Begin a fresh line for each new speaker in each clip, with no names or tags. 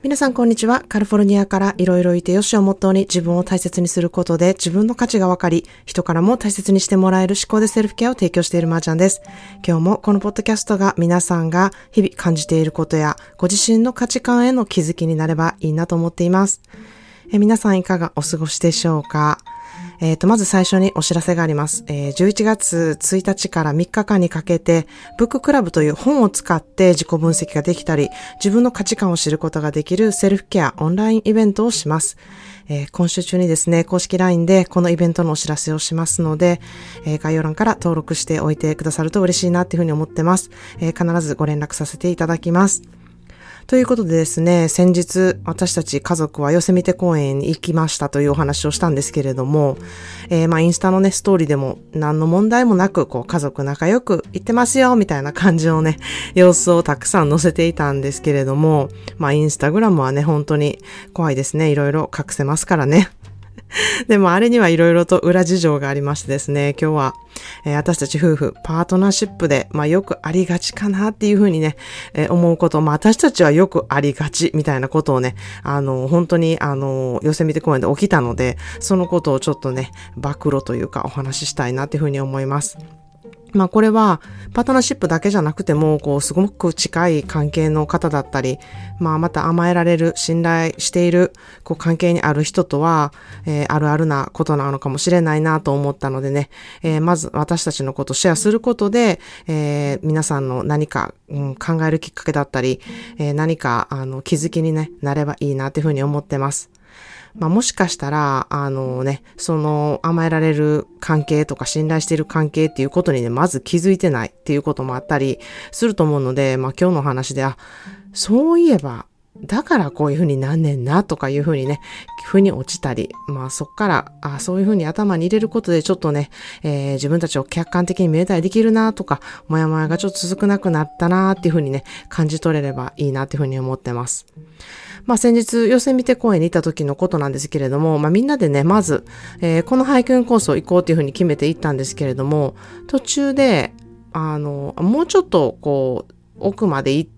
皆さんこんにちは。カリフォルニアからいろいろいてよしをモットーに自分を大切にすることで自分の価値が分かり、人からも大切にしてもらえる思考でセルフケアを提供しているまーちゃんです。今日もこのポッドキャストが皆さんが日々感じていることやご自身の価値観への気づきになればいいなと思っています。皆さんいかがお過ごしでしょうか。まず最初にお知らせがあります。11月1日から3日間にかけて、ブッククラブという本を使って自己分析ができたり、自分の価値観を知ることができるセルフケアオンラインイベントをします。今週中にですね、公式 LINE でこのイベントのお知らせをしますので、概要欄から登録しておいてくださると嬉しいなっていうふうに思ってます。必ずご連絡させていただきます。ということでですね、先日私たち家族はヨセミテ公園に行きましたというお話をしたんですけれども、インスタのねストーリーでも何の問題もなく家族仲良く行ってますよみたいな感じのね様子をたくさん載せていたんですけれども、インスタグラムはね本当に怖いですね。いろいろ隠せますからね。でもあれにはいろいろと裏事情がありましてですね、今日は、私たち夫婦パートナーシップで、よくありがちかなっていうふうにね、思うこと、私たちはよくありがちみたいなことをね、本当にヨセミテ公園で起きたので、そのことをちょっとね暴露というかお話ししたいなっていうふうに思います。これはパートナーシップだけじゃなくてもすごく近い関係の方だったり、また甘えられる信頼している関係にある人とは、あるあるなことなのかもしれないなと思ったのでね、まず私たちのことをシェアすることで、皆さんの何か、考えるきっかけだったり、何か気づきに、なればいいなというふうに思ってます。もしかしたら、その甘えられる関係とか信頼している関係っていうことにね、まず気づいてないっていうこともあったりすると思うので、今日の話で、そういえば、だからこういうふうになんねんなとかいうふうにね、腑に落ちたり、そっから、そういうふうに頭に入れることでちょっとね、自分たちを客観的に見れたりできるなとか、もやもやがちょっと続くなくなったなっていうふうにね、感じ取れればいいなっていうふうに思ってます。先日、ヨセミテ公園に行った時のことなんですけれども、みんなでね、まず、このハイキングコースを行こうっていうふうに決めて行ったんですけれども、途中で、もうちょっと奥まで行って、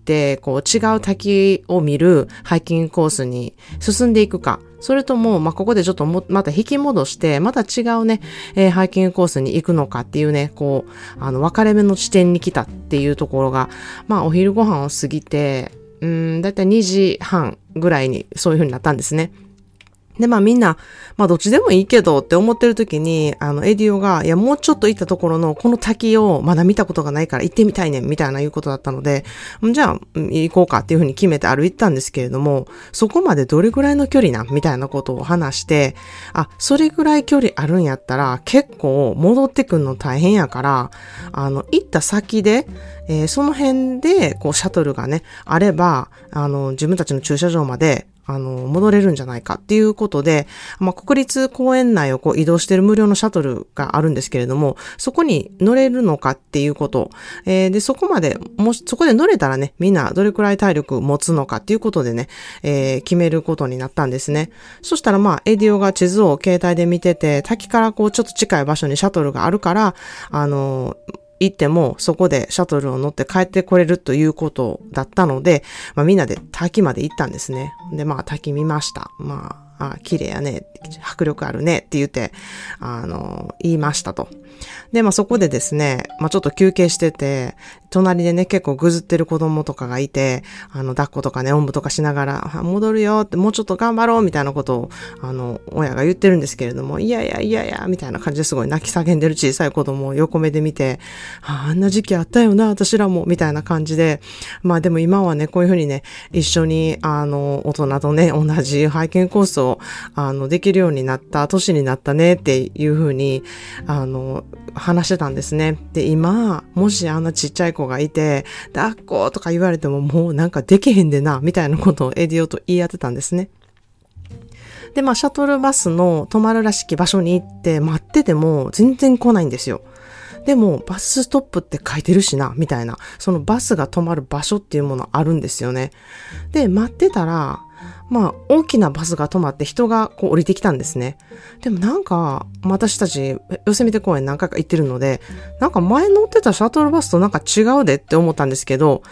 違う滝を見るハイキングコースに進んでいくか、それとも、ここでちょっとまた引き戻して、また違うね、ハイキングコースに行くのかっていうね、分かれ目の地点に来たっていうところが、お昼ご飯を過ぎて、だいたい2時半ぐらいにそういう風になったんですね。で、みんな、どっちでもいいけどって思ってる時に、エディオが、いや、もうちょっと行ったところの、この滝をまだ見たことがないから行ってみたいねん、みたいないうことだったので、じゃあ、行こうかっていう風に決めて歩いたんですけれども、そこまでどれぐらいの距離なんみたいなことを話して、それぐらい距離あるんやったら、結構戻ってくんの大変やから、行った先で、その辺で、シャトルがね、あれば、自分たちの駐車場まで、戻れるんじゃないかっていうことで、国立公園内を移動している無料のシャトルがあるんですけれども、そこに乗れるのかっていうこと。で、そこで乗れたらね、みんなどれくらい体力持つのかっていうことでね、決めることになったんですね。そしたらエディオが地図を携帯で見てて、滝からちょっと近い場所にシャトルがあるから、行ってもそこでシャトルを乗って帰ってこれるということだったので、みんなで滝まで行ったんですね。で、滝見ました。綺麗やね、迫力あるねって言って、言いましたと。で、そこでですね、ちょっと休憩してて、隣でね、結構ぐずってる子供とかがいて、抱っことかね、おんぶとかしながら、戻るよって、もうちょっと頑張ろうみたいなことを、親が言ってるんですけれども、いやいやいやいや、みたいな感じですごい泣き叫んでる小さい子供を横目で見て、あんな時期あったよな、私らも、みたいな感じで、でも今はね、こういうふうにね、一緒に、大人とね、同じハイキングコースを、できるようになった、年になったねっていうふうに、話してたんですね。で、今、もしあんなちっちゃい子がいて、抱っことか言われてももうなんかできへんでな、みたいなことをエディオと言い合ってたんですね。で、シャトルバスの止まるらしき場所に行って待ってても全然来ないんですよ。でも、バスストップって書いてるしな、みたいな、そのバスが止まる場所っていうものあるんですよね。で、待ってたら、大きなバスが止まって人が降りてきたんですね。でも私たち、ヨセミテ公園何回か行ってるので、前乗ってたシャトルバスと違うでって思ったんですけど、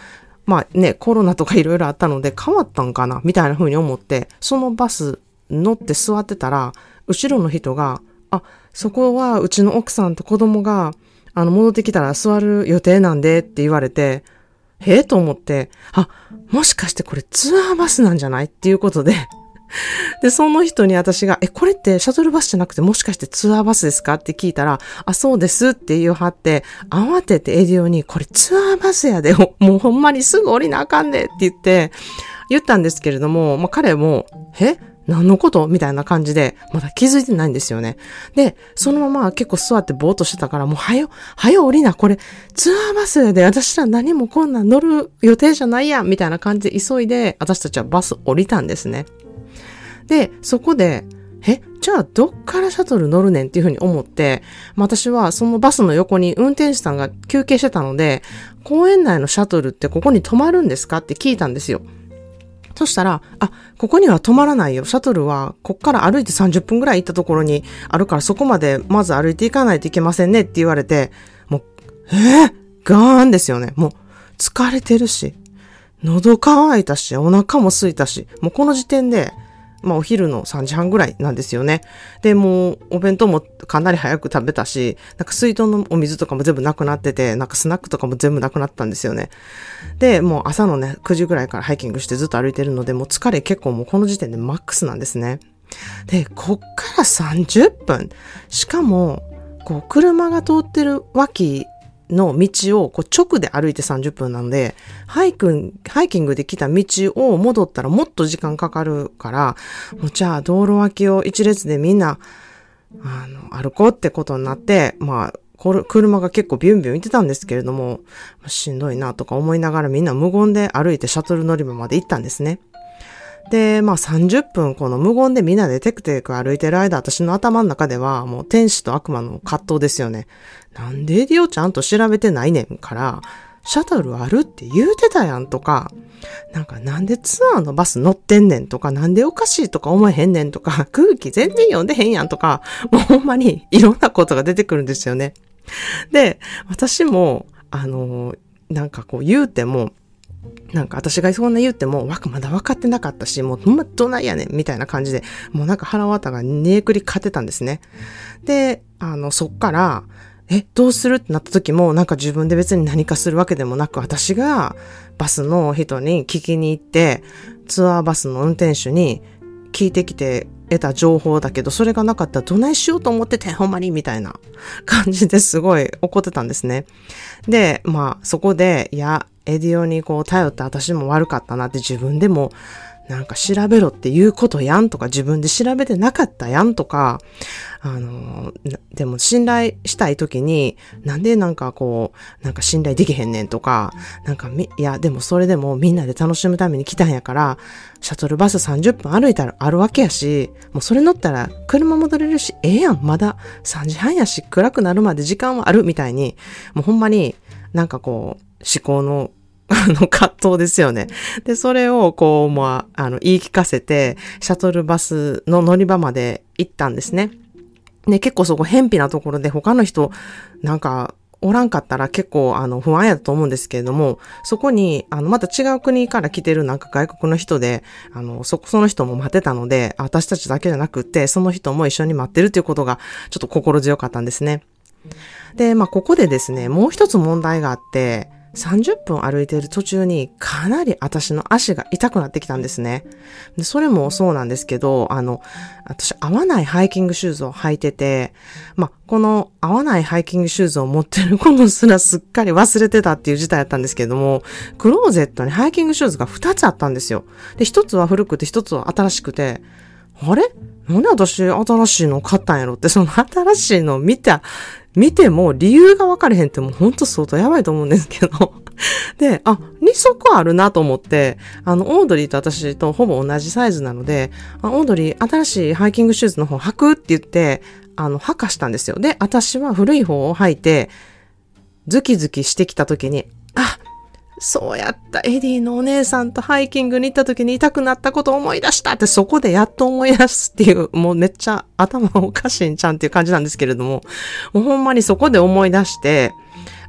まあね、コロナとかいろいろあったので変わったんかなみたいな風に思って、そのバス乗って座ってたら、後ろの人が、そこはうちの奥さんと子供が、戻ってきたら座る予定なんでって言われて、と思って、もしかしてこれツアーバスなんじゃないっていうことで、で、その人に私が、これってシャトルバスじゃなくてもしかしてツアーバスですかって聞いたら、そうですって言うはって、慌ててエディオに、これツアーバスやで、もうほんまにすぐ降りなあかんでって言ったんですけれども、彼も、何のことみたいな感じで、まだ気づいてないんですよね。で、そのまま結構座ってぼーっとしてたから、もうはよ降りな、これツアーバスで私ら何もこんなん乗る予定じゃないやんみたいな感じで急いで、私たちはバス降りたんですね。で、そこで、じゃあどっからシャトル乗るねんっていうふうに思って、私はそのバスの横に運転手さんが休憩してたので、公園内のシャトルってここに止まるんですかって聞いたんですよ。そしたら、ここには止まらないよ。シャトルは、こっから歩いて30分ぐらい行ったところにあるから、そこまでまず歩いていかないといけませんねって言われて、もう、ガーンですよね。もう、疲れてるし、喉乾いたし、お腹も空いたし、もうこの時点で、お昼の3時半ぐらいなんですよね。で、もう、お弁当もかなり早く食べたし、水筒のお水とかも全部なくなってて、スナックとかも全部なくなったんですよね。で、もう朝のね、9時ぐらいからハイキングしてずっと歩いてるので、もう疲れ結構もうこの時点でマックスなんですね。で、こっから30分。しかも、車が通ってる脇の道を直で歩いて30分なんで、ハイキングで来た道を戻ったらもっと時間かかるから、もうじゃあ道路脇を一列でみんな、歩こうってことになって、車が結構ビュンビュン行ってたんですけれども、しんどいなとか思いながらみんな無言で歩いてシャトル乗り場まで行ったんですね。で、30分この無言でみんなでテクテク歩いてる間、私の頭の中ではもう天使と悪魔の葛藤ですよね。なんでエディオちゃんと調べてないねんから、シャトルあるって言うてたやんとか、なんでツアーのバス乗ってんねんとか、なんでおかしいとか思えへんねんとか、空気全然読んでへんやんとか、もうほんまにいろんなことが出てくるんですよね。で、私も、言うても、私がそんな言っても、まだ分かってなかったし、もうほんまどないやねんみたいな感じで、もう腹渡が煮えくり勝てたんですね。で、そっから、どうするってなった時も、自分で別に何かするわけでもなく、私がバスの人に聞きに行って、ツアーバスの運転手に聞いてきて得た情報だけど、それがなかったらどないしようと思ってて、ほんまにみたいな感じですごい怒ってたんですね。で、そこで、エディオに頼って私も悪かったなって自分でも調べろっていうことやんとか自分で調べてなかったやんとか、でも信頼したい時になんで信頼できへんねんとか、でもそれでもみんなで楽しむために来たんやから、シャトルバス30分歩いたらあるわけやし、もうそれ乗ったら車戻れるし、やん、まだ3時半やし暗くなるまで時間はあるみたいに、もうほんまに思考の葛藤ですよね。で、それを言い聞かせて、シャトルバスの乗り場まで行ったんですね。で、結構そこ偏僻なところで他の人、おらんかったら結構不安やと思うんですけれども、そこにまた違う国から来てる外国の人で、その人も待ってたので、私たちだけじゃなくって、その人も一緒に待ってるということがちょっと心強かったんですね。で、ここでですね、もう一つ問題があって、30分歩いている途中にかなり私の足が痛くなってきたんですね。で、それもそうなんですけど、私合わないハイキングシューズを履いてて、この合わないハイキングシューズを持ってることすらすっかり忘れてたっていう事態だったんですけども、クローゼットにハイキングシューズが2つあったんですよ。で、1つは古くて1つは新しくて、あれ？なんで私新しいの買ったんやろって、その新しいのを見ても理由が分かれへんってもうほんと相当やばいと思うんですけど。で、2足あるなと思って、オードリーと私とほぼ同じサイズなので、オードリー新しいハイキングシューズの方履くって言って、履かしたんですよ。で、私は古い方を履いて、ズキズキしてきた時に、そうやった、エディのお姉さんとハイキングに行った時に痛くなったことを思い出したって、そこでやっと思い出すっていう、もうめっちゃ頭おかしいんちゃんっていう感じなんですけれども、もうほんまにそこで思い出して、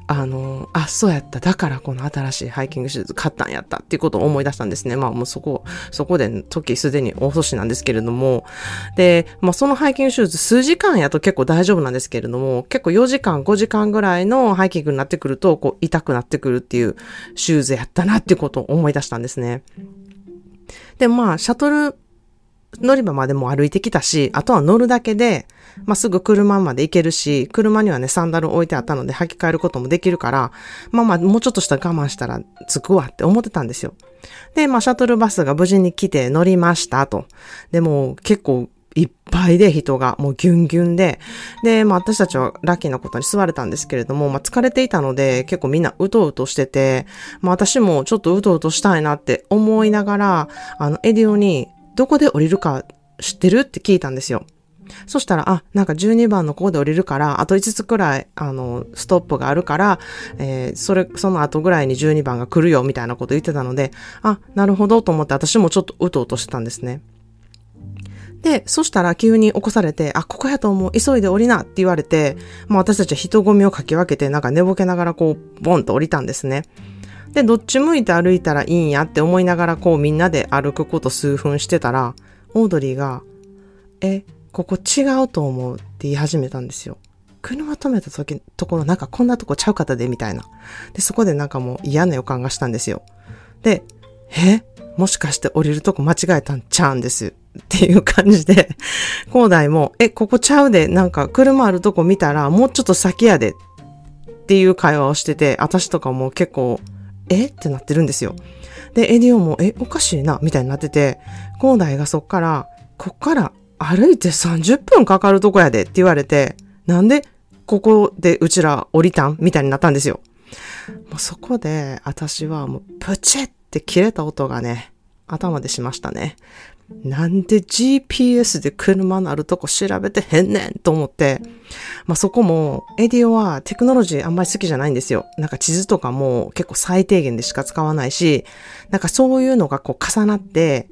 そうやった。だからこの新しいハイキングシューズ買ったんやったっていうことを思い出したんですね。もうそこで時すでに大年なんですけれども。で、そのハイキングシューズ数時間やと結構大丈夫なんですけれども、結構4時間、5時間ぐらいのハイキングになってくると、痛くなってくるっていうシューズやったなっていうことを思い出したんですね。で、シャトル乗り場までも歩いてきたし、あとは乗るだけで、すぐ車まで行けるし、車にはね、サンダル置いてあったので履き替えることもできるから、もうちょっとしたら我慢したら着くわって思ってたんですよ。で、シャトルバスが無事に来て乗りましたと。でも結構いっぱいで人がもうギュンギュンで、で、私たちはラッキーなことに座れたんですけれども、疲れていたので結構みんなうとうとしてて、私もちょっとうとうとしたいなって思いながら、エディオにどこで降りるか知ってるって聞いたんですよ。そしたら、なんか12番のここで降りるから、あと5つくらい、ストップがあるから、その後ぐらいに12番が来るよ、みたいなこと言ってたので、なるほどと思って私もちょっとうとうとしてたんですね。で、そしたら急に起こされて、ここやと思う、急いで降りなって言われて、私たちは人混みをかき分けて、なんか寝ぼけながらボンと降りたんですね。で、どっち向いて歩いたらいいんやって思いながらみんなで歩くこと数分してたら、オードリーが、ここ違うと思うって言い始めたんですよ。車止めたところなんかこんなとこちゃうかったでみたいな。で、そこでなんかもう嫌な予感がしたんですよ。で、もしかして降りるとこ間違えたんちゃうんですっていう感じで、広大も、ここちゃうで、なんか車あるとこ見たらもうちょっと先やでっていう会話をしてて、私とかも結構、ってなってるんですよ。で、エディオも、おかしいな、みたいになってて、広大がこっから歩いて30分かかるとこやでって言われて、なんでここでうちら降りたんみたいになったんですよ。もうそこで私はもうプチって切れた音がね、頭でしましたね。なんで GPS で車のあるとこ調べてへんねんと思って、そこもエディオはテクノロジーあんまり好きじゃないんですよ。なんか地図とかも結構最低限でしか使わないし、なんかそういうのが重なって、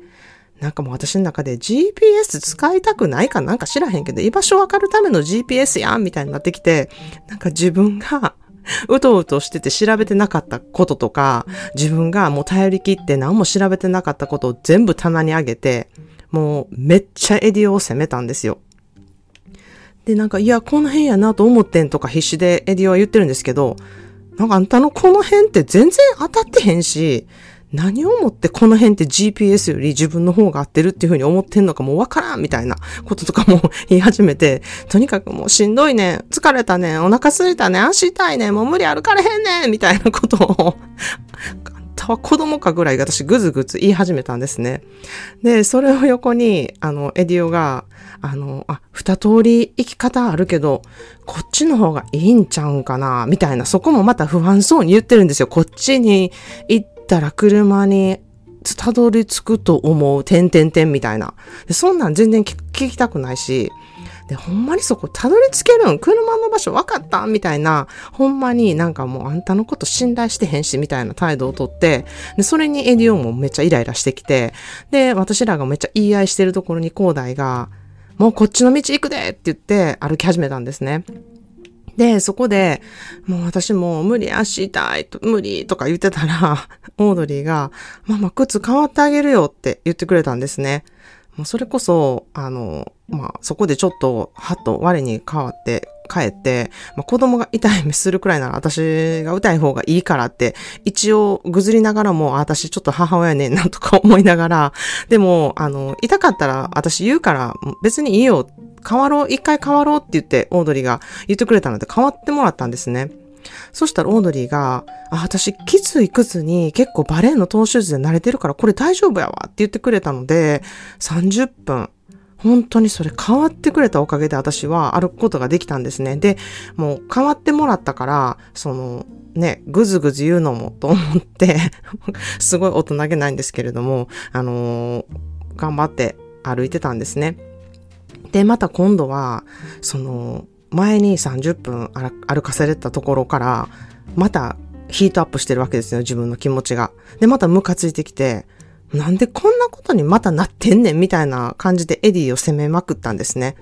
なんかもう私の中で GPS 使いたくないかなんか知らへんけど、居場所わかるための GPS やんみたいになってきて、なんか自分がうとうとしてて調べてなかったこととか、自分がもう頼り切って何も調べてなかったことを全部棚に上げて、もうめっちゃエディオを責めたんですよ。で、なんか、いや、この辺やなと思ってんとか必死でエディオは言ってるんですけど、なんかあんたのこの辺って全然当たってへんし、何をもってこの辺って GPS より自分の方が合ってるっていう風に思ってんのかもうわからんみたいなこととかも言い始めて、とにかくもうしんどいねん、疲れたねん、お腹空いたねん、足痛いねん、もう無理歩かれへんねんみたいなことをあんたは子供かぐらい私ぐずぐず言い始めたんですね。で、それを横にエディオが二通り行き方あるけど、こっちの方がいいんちゃうんかなみたいな、そこもまた不安そうに言ってるんですよ。こっちに行ったら車にたどり着くと思う、みたいな。で、そんなん全然聞きたくないし、で、ほんまにそこたどり着けるん？車の場所分かったみたいな、ほんまになんかもうあんたのこと信頼してへんし、みたいな態度をとって、で、それにエディオもめっちゃイライラしてきて、で、私らがめっちゃ言い合いしてるところに広大が、もうこっちの道行くでって言って歩き始めたんですね。で、そこで、もう私も無理足痛いと、無理とか言ってたら、オードリーが、ママ靴変わってあげるよって言ってくれたんですね。もうそれこそ、そこでちょっと、はっと我に変わって帰って、子供が痛い目するくらいなら私が痛い方がいいからって、一応ぐずりながらも、私ちょっと母親ねんなとか思いながら、でも、痛かったら私言うから別にいいよ、一回変わろうって言って、オードリーが言ってくれたので変わってもらったんですね。そしたらオードリーが、私きつい靴に結構バレーのトーシューズで慣れてるからこれ大丈夫やわって言ってくれたので、30分。本当にそれ変わってくれたおかげで私は歩くことができたんですね。で、もう変わってもらったから、ぐずぐず言うのもと思って、すごい大人げないんですけれども、頑張って歩いてたんですね。で、また今度は、前に30分歩かされたところから、またヒートアップしてるわけですよ、自分の気持ちが。で、またムカついてきて、なんでこんなことにまたなってんねんみたいな感じでエディを責めまくったんですね。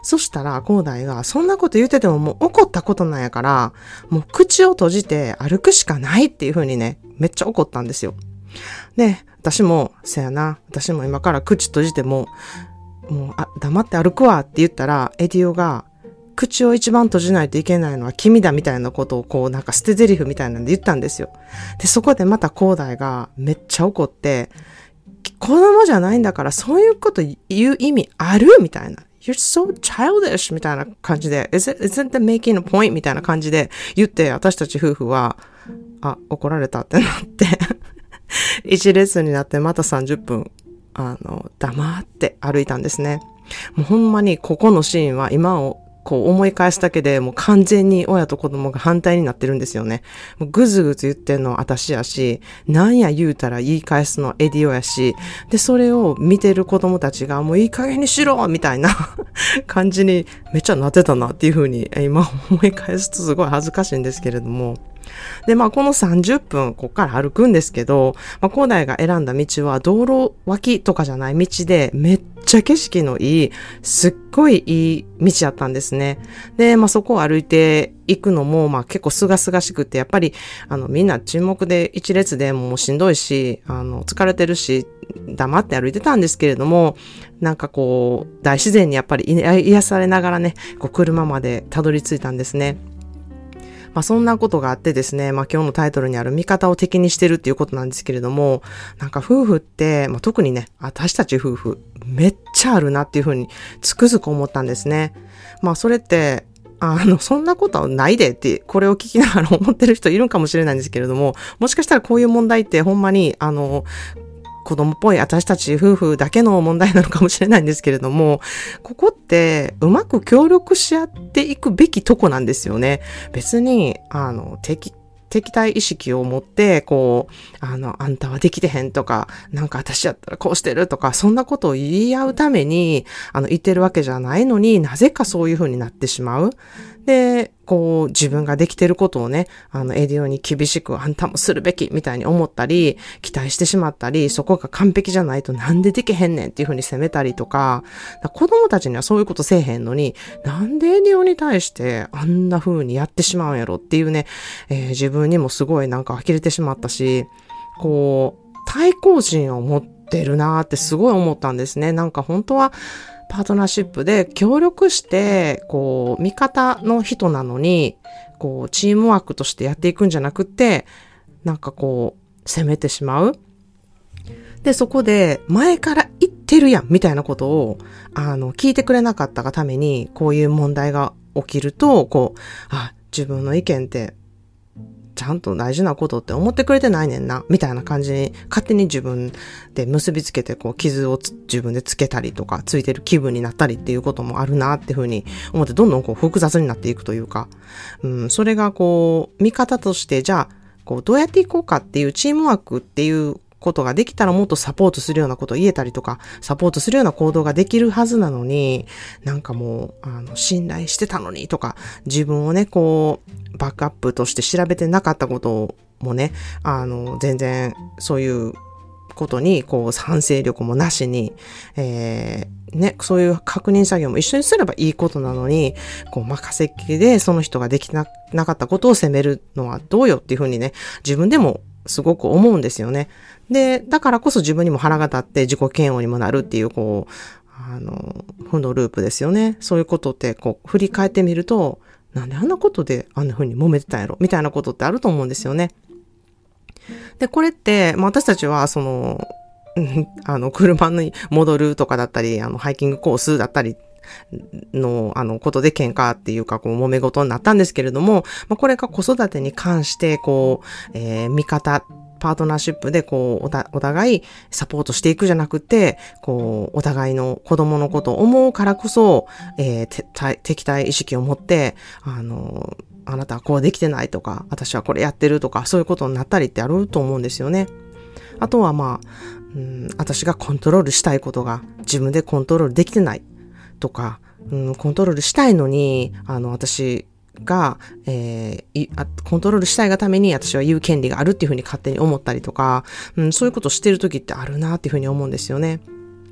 そしたら、広大が、そんなこと言っててももう怒ったことなんやから、もう口を閉じて歩くしかないっていう風にね、めっちゃ怒ったんですよ。で、私も、せやな、私も今から口閉じても、黙って歩くわって言ったら、エディオが、口を一番閉じないといけないのは君だみたいなことをこうなんか捨て台詞みたいなんで言ったんですよ。で、そこでまた広大がめっちゃ怒って、子供じゃないんだからそういうこと言う意味あるみたいな。You're so childish みたいな感じで、isn't that making a point みたいな感じで言って、私たち夫婦は、怒られたってなって、一列になってまた30分、黙って歩いたんですね。もうほんまにここのシーンは今をこう思い返すだけでもう完全に親と子供が反対になってるんですよね。もうぐずぐず言ってんのは私やし、なんや言うたら言い返すのはエディオやし、で、それを見てる子供たちがもういい加減にしろみたいな感じにめっちゃなってたなっていう風に今思い返すとすごい恥ずかしいんですけれども。で、この30分、こっから歩くんですけど、広大が選んだ道は道路脇とかじゃない道で、めっちゃ景色のいい、すっごいいい道だったんですね。で、そこを歩いていくのも、結構すがすがしくって、やっぱり、みんな沈黙で一列でもうしんどいし、疲れてるし、黙って歩いてたんですけれども、なんかこう、大自然にやっぱり癒されながらね、こう車までたどり着いたんですね。そんなことがあってですね、今日のタイトルにある味方を敵にしてるっていうことなんですけれども、なんか夫婦って、特にね、私たち夫婦、めっちゃあるなっていうふうにつくづく思ったんですね。それって、そんなことはないでって、これを聞きながら思ってる人いるかもしれないんですけれども、もしかしたらこういう問題ってほんまに、子供っぽい私たち夫婦だけの問題なのかもしれないんですけれども、ここってうまく協力し合っていくべきとこなんですよね。別に、敵対意識を持って、こう、あんたはできてへんとか、なんか私やったらこうしてるとか、そんなことを言い合うために、言ってるわけじゃないのになぜかそういう風になってしまう。で、こう、自分ができてることをね、エディオに厳しく、あんたもするべき、みたいに思ったり、期待してしまったり、そこが完璧じゃないとなんでできへんねんっていう風に責めたりとか、子供たちにはそういうことせえへんのに、なんでエディオに対してあんな風にやってしまうんやろっていうね、自分にもすごいなんか呆れてしまったし、こう、対抗心を持ってるなーってすごい思ったんですね。なんか本当は、パートナーシップで協力して、こう、味方の人なのに、こう、チームワークとしてやっていくんじゃなくて、なんかこう、責めてしまう。で、そこで、前から言ってるやん、みたいなことを、聞いてくれなかったがために、こういう問題が起きると、こう、自分の意見って、ちゃんと大事なことって思ってくれてないねんな、みたいな感じに勝手に自分で結びつけてこう傷を自分でつけたりとかついてる気分になったりっていうこともあるなっていうふうに思ってどんどんこう複雑になっていくというか、それがこう見方としてじゃあこうどうやっていこうかっていうチームワークっていうことができたらもっとサポートするようなことを言えたりとか、サポートするような行動ができるはずなのに、なんかもう、信頼してたのにとか、自分をね、こう、バックアップとして調べてなかったこともね、全然そういうことに、こう、賛成力もなしに、ね、そういう確認作業も一緒にすればいいことなのに、こう、任せっきりでその人ができなかったことを責めるのはどうよっていうふうにね、自分でもすごく思うんですよね。で、だからこそ自分にも腹が立って自己嫌悪にもなるっていう、こう、負のループですよね。そういうことって、こう、振り返ってみると、なんであんなことであんな風に揉めてたんやろみたいなことってあると思うんですよね。で、これって、私たちは、車に戻るとかだったり、ハイキングコースだったり、の、ことで喧嘩っていうか、こう、揉め事になったんですけれども、これが子育てに関して、こう、味方、パートナーシップで、こう、お互いサポートしていくじゃなくて、こう、お互いの子供のことを思うからこそ、敵対意識を持って、あなたはこうできてないとか、私はこれやってるとか、そういうことになったりってあると思うんですよね。あとは私がコントロールしたいことが自分でコントロールできてないとか、コントロールしたいのに、私が、コントロールしたいがために私は言う権利があるっていうふうに勝手に思ったりとか、そういうことをしてる時ってあるなっていうふうに思うんですよね。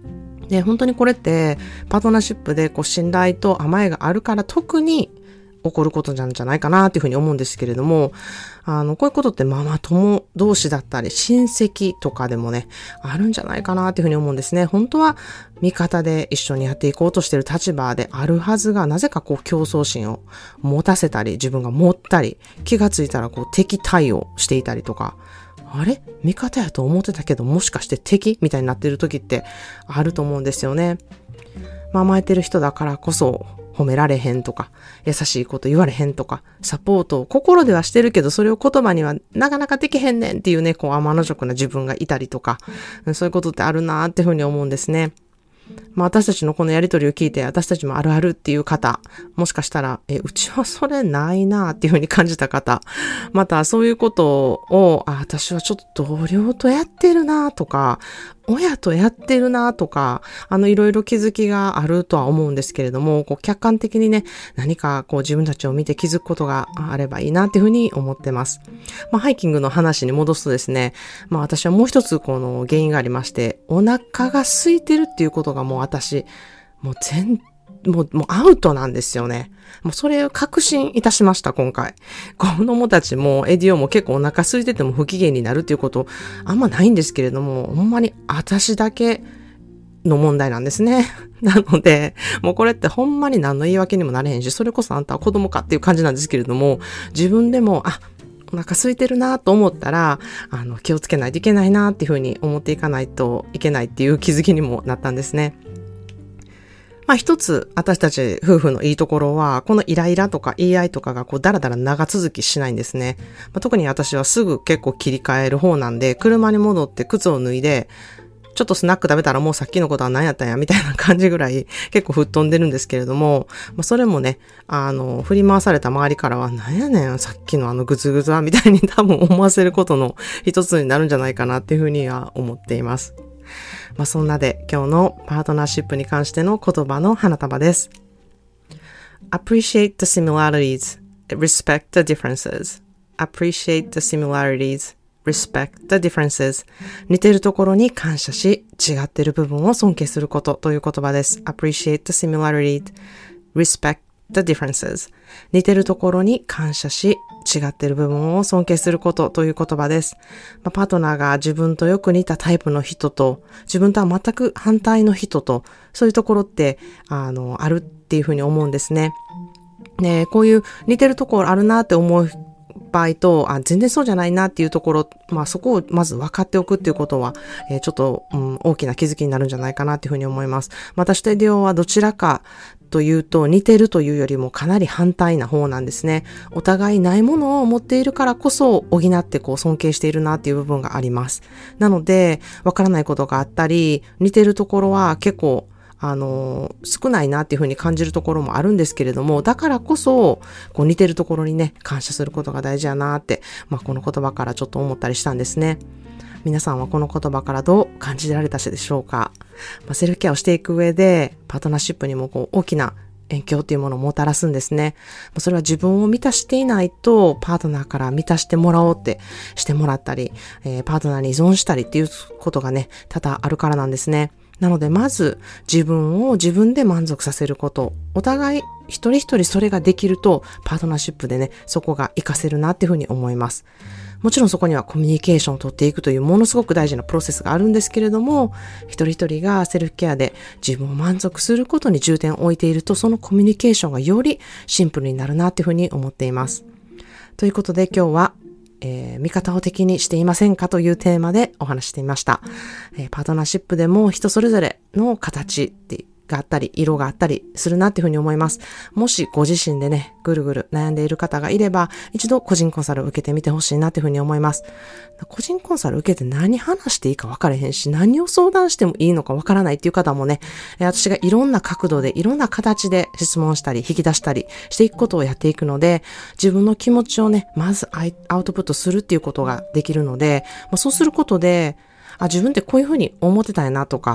で、本当にこれってパートナーシップで信頼と甘えがあるから特に起こることなんじゃないかなっていうふうに思うんですけれども、こういうことってママ友同士だったり親戚とかでもね、あるんじゃないかなっていうふうに思うんですね。本当は味方で一緒にやっていこうとしている立場であるはずが、なぜか競争心を持たせたり、自分が持ったり、気がついたら敵対をしていたりとか、あれ味方やと思ってたけど、もしかして敵みたいになってる時ってあると思うんですよね。甘えてる人だからこそ褒められへんとか、優しいこと言われへんとか、サポートを心ではしてるけど、それを言葉にはなかなかできへんねんっていうね、天の弱な自分がいたりとか、そういうことってあるなーっていうふうに思うんですね。私たちのこのやりとりを聞いて、私たちもあるあるっていう方、もしかしたら、うちはそれないなっていうふうに感じた方、またそういうことを、私はちょっと同僚とやってるなとか、親とやってるなとか、いろいろ気づきがあるとは思うんですけれども、客観的にね、何か自分たちを見て気づくことがあればいいなっていうふうに思ってます。ハイキングの話に戻すとですね、私はもう一つ原因がありまして、お腹が空いてるっていうことがもう私、もうアウトなんですよね。もうそれを確信いたしました、今回。子供たちもエディオも結構お腹空いてても不機嫌になるっていうことあんまないんですけれども、ほんまに私だけの問題なんですね。なので、もうこれってほんまに何の言い訳にもなれへんし、それこそあんたは子供かっていう感じなんですけれども、自分でも、お腹空いてるなと思ったら、気をつけないといけないなっていうふうに思っていかないといけないっていう気づきにもなったんですね。一つ私たち夫婦のいいところは、このイライラとか言い合いとかがだらだら長続きしないんですね。特に私はすぐ結構切り替える方なんで、車に戻って靴を脱いで、ちょっとスナック食べたらもうさっきのことは何やったんやみたいな感じぐらい結構吹っ飛んでるんですけれども、それもね、振り回された周りからは何やねんさっきのグズグズはみたいに多分思わせることの一つになるんじゃないかなっていうふうには思っています。そんなで今日のパートナーシップに関しての言葉の花束です。Appreciate the similarities, respect the differences. Appreciate the similarities.Respect the differences. 似ているところに感謝し、違っている部分を尊敬することという言葉です。Appreciate the similarities. Respect the differences. 似ているところに感謝し、違っている部分を尊敬することという言葉です。パートナーが自分とよく似たタイプの人と、自分とは全く反対の人と、そういうところって、あるっていうふうに思うんですね。ね、こういう似てるところあるなって思う場合と、全然そうじゃないなっていうところ、そこをまず分かっておくっていうことは、ちょっと、大きな気づきになるんじゃないかなっていうふうに思います。私とエディオはどちらかというと似てるというよりもかなり反対な方なんですね。お互いないものを持っているからこそ補って尊敬しているなっていう部分があります。なので、分からないことがあったり、似てるところは結構少ないなっていうふうに感じるところもあるんですけれども、だからこそ、似てるところにね、感謝することが大事やなって、この言葉からちょっと思ったりしたんですね。皆さんはこの言葉からどう感じられたでしょうか。セルフケアをしていく上で、パートナーシップにも大きな影響っていうものをもたらすんですね。それは自分を満たしていないと、パートナーから満たしてもらおうってしてもらったり、パートナーに依存したりっていうことがね、多々あるからなんですね。なのでまず自分を自分で満足させること。お互い一人一人それができるとパートナーシップでね、そこが活かせるなっていうふうに思います。もちろんそこにはコミュニケーションを取っていくというものすごく大事なプロセスがあるんですけれども、一人一人がセルフケアで自分を満足することに重点を置いていると、そのコミュニケーションがよりシンプルになるなっていうふうに思っています。ということで今日は味方を敵にしていませんかというテーマでお話していました。パートナーシップでも人それぞれの形があったり、色があったりするなっていうふうに思います。もしご自身でね、ぐるぐる悩んでいる方がいれば、一度個人コンサルを受けてみてほしいなっていうふうに思います。個人コンサル受けて何話していいか分からへんし、何を相談してもいいのか分からないっていう方もね、私がいろんな角度でいろんな形で質問したり引き出したりしていくことをやっていくので、自分の気持ちをね、まずアウトプットするっていうことができるので、そうすることで、自分ってこういうふうに思ってたんやなとか、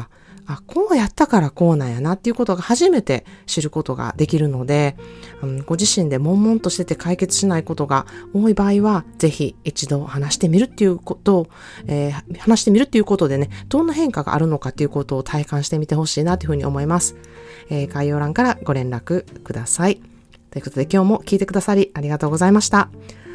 こうやったからこうなんやなっていうことが初めて知ることができるので、ご自身で悶々としてて解決しないことが多い場合は、ぜひ一度話してみるっていうことを、話してみるっていうことでね、どんな変化があるのかっていうことを体感してみてほしいなというふうに思います。概要欄からご連絡ください。ということで今日も聞いてくださりありがとうございました。